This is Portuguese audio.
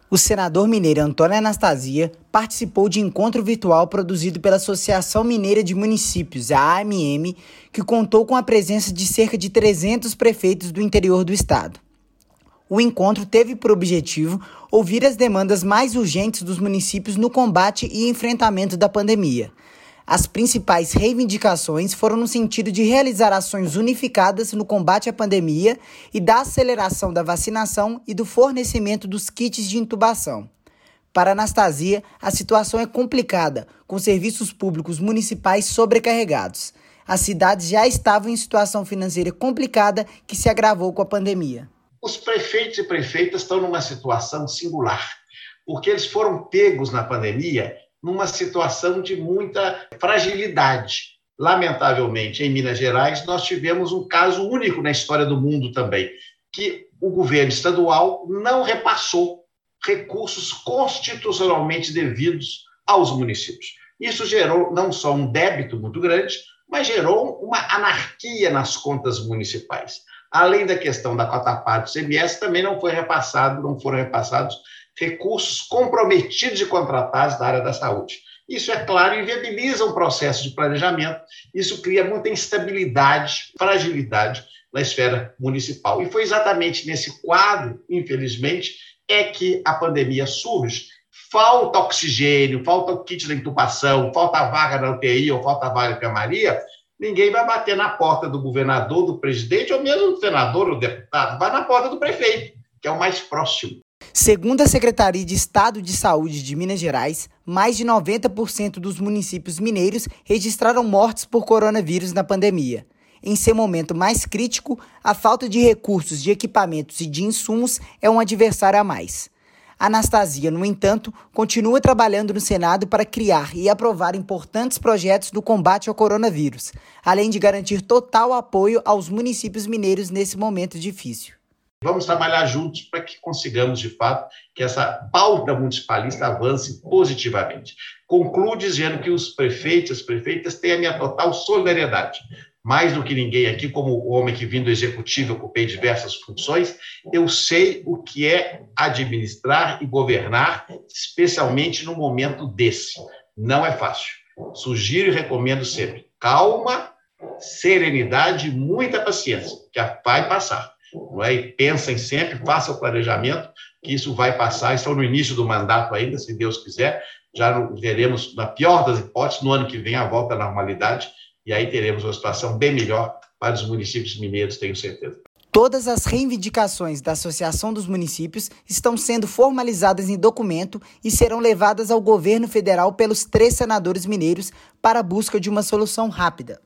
O senador mineiro Antônio Anastasia participou de encontro virtual produzido pela Associação Mineira de Municípios, a AMM, que contou com a presença de cerca de 300 prefeitos do interior do estado. O encontro teve por objetivo ouvir as demandas mais urgentes dos municípios no combate e enfrentamento da pandemia. As principais reivindicações foram no sentido de realizar ações unificadas no combate à pandemia e da aceleração da vacinação e do fornecimento dos kits de intubação. Para Anastasia, a situação é complicada, com serviços públicos municipais sobrecarregados. As cidades já estavam em situação financeira complicada que se agravou com a pandemia. Os prefeitos e prefeitas estão numa situação singular, porque eles foram pegos na pandemia numa situação de muita fragilidade. Lamentavelmente, em Minas Gerais, nós tivemos um caso único na história do mundo também, que o governo estadual não repassou recursos constitucionalmente devidos aos municípios. Isso gerou não só um débito muito grande, mas gerou uma anarquia nas contas municipais. Além da questão da cota-parte do ICMS, também não foram repassados recursos comprometidos e contratados da área da saúde. Isso, é claro, inviabiliza um processo de planejamento, isso cria muita instabilidade, fragilidade na esfera municipal. E foi exatamente nesse quadro, infelizmente, é que a pandemia surge. Falta oxigênio, falta o kit da intubação, falta vaga na UTI ou falta vaga na enfermaria, ninguém vai bater na porta do governador, do presidente ou mesmo do senador ou deputado, vai na porta do prefeito, que é o mais próximo. Segundo a Secretaria de Estado de Saúde de Minas Gerais, mais de 90% dos municípios mineiros registraram mortes por coronavírus na pandemia. Em seu momento mais crítico, a falta de recursos, de equipamentos e de insumos é um adversário a mais. Anastasia, no entanto, continua trabalhando no Senado para criar e aprovar importantes projetos do combate ao coronavírus, além de garantir total apoio aos municípios mineiros nesse momento difícil. Vamos trabalhar juntos para que consigamos, de fato, que essa pauta municipalista avance positivamente. Concluo dizendo que os prefeitos e as prefeitas têm a minha total solidariedade. Mais do que ninguém aqui, como homem que vim do executivo, ocupei diversas funções, eu sei o que é administrar e governar, especialmente no momento desse. Não é fácil. Sugiro e recomendo sempre calma, serenidade e muita paciência, que vai passar. Não é? E pensem sempre, façam o planejamento, que isso vai passar. Estão no início do mandato ainda, se Deus quiser. Já veremos, na pior das hipóteses, no ano que vem, a volta à normalidade. E aí teremos uma situação bem melhor para os municípios mineiros, tenho certeza. Todas as reivindicações da Associação dos Municípios estão sendo formalizadas em documento e serão levadas ao governo federal pelos 3 senadores mineiros para a busca de uma solução rápida.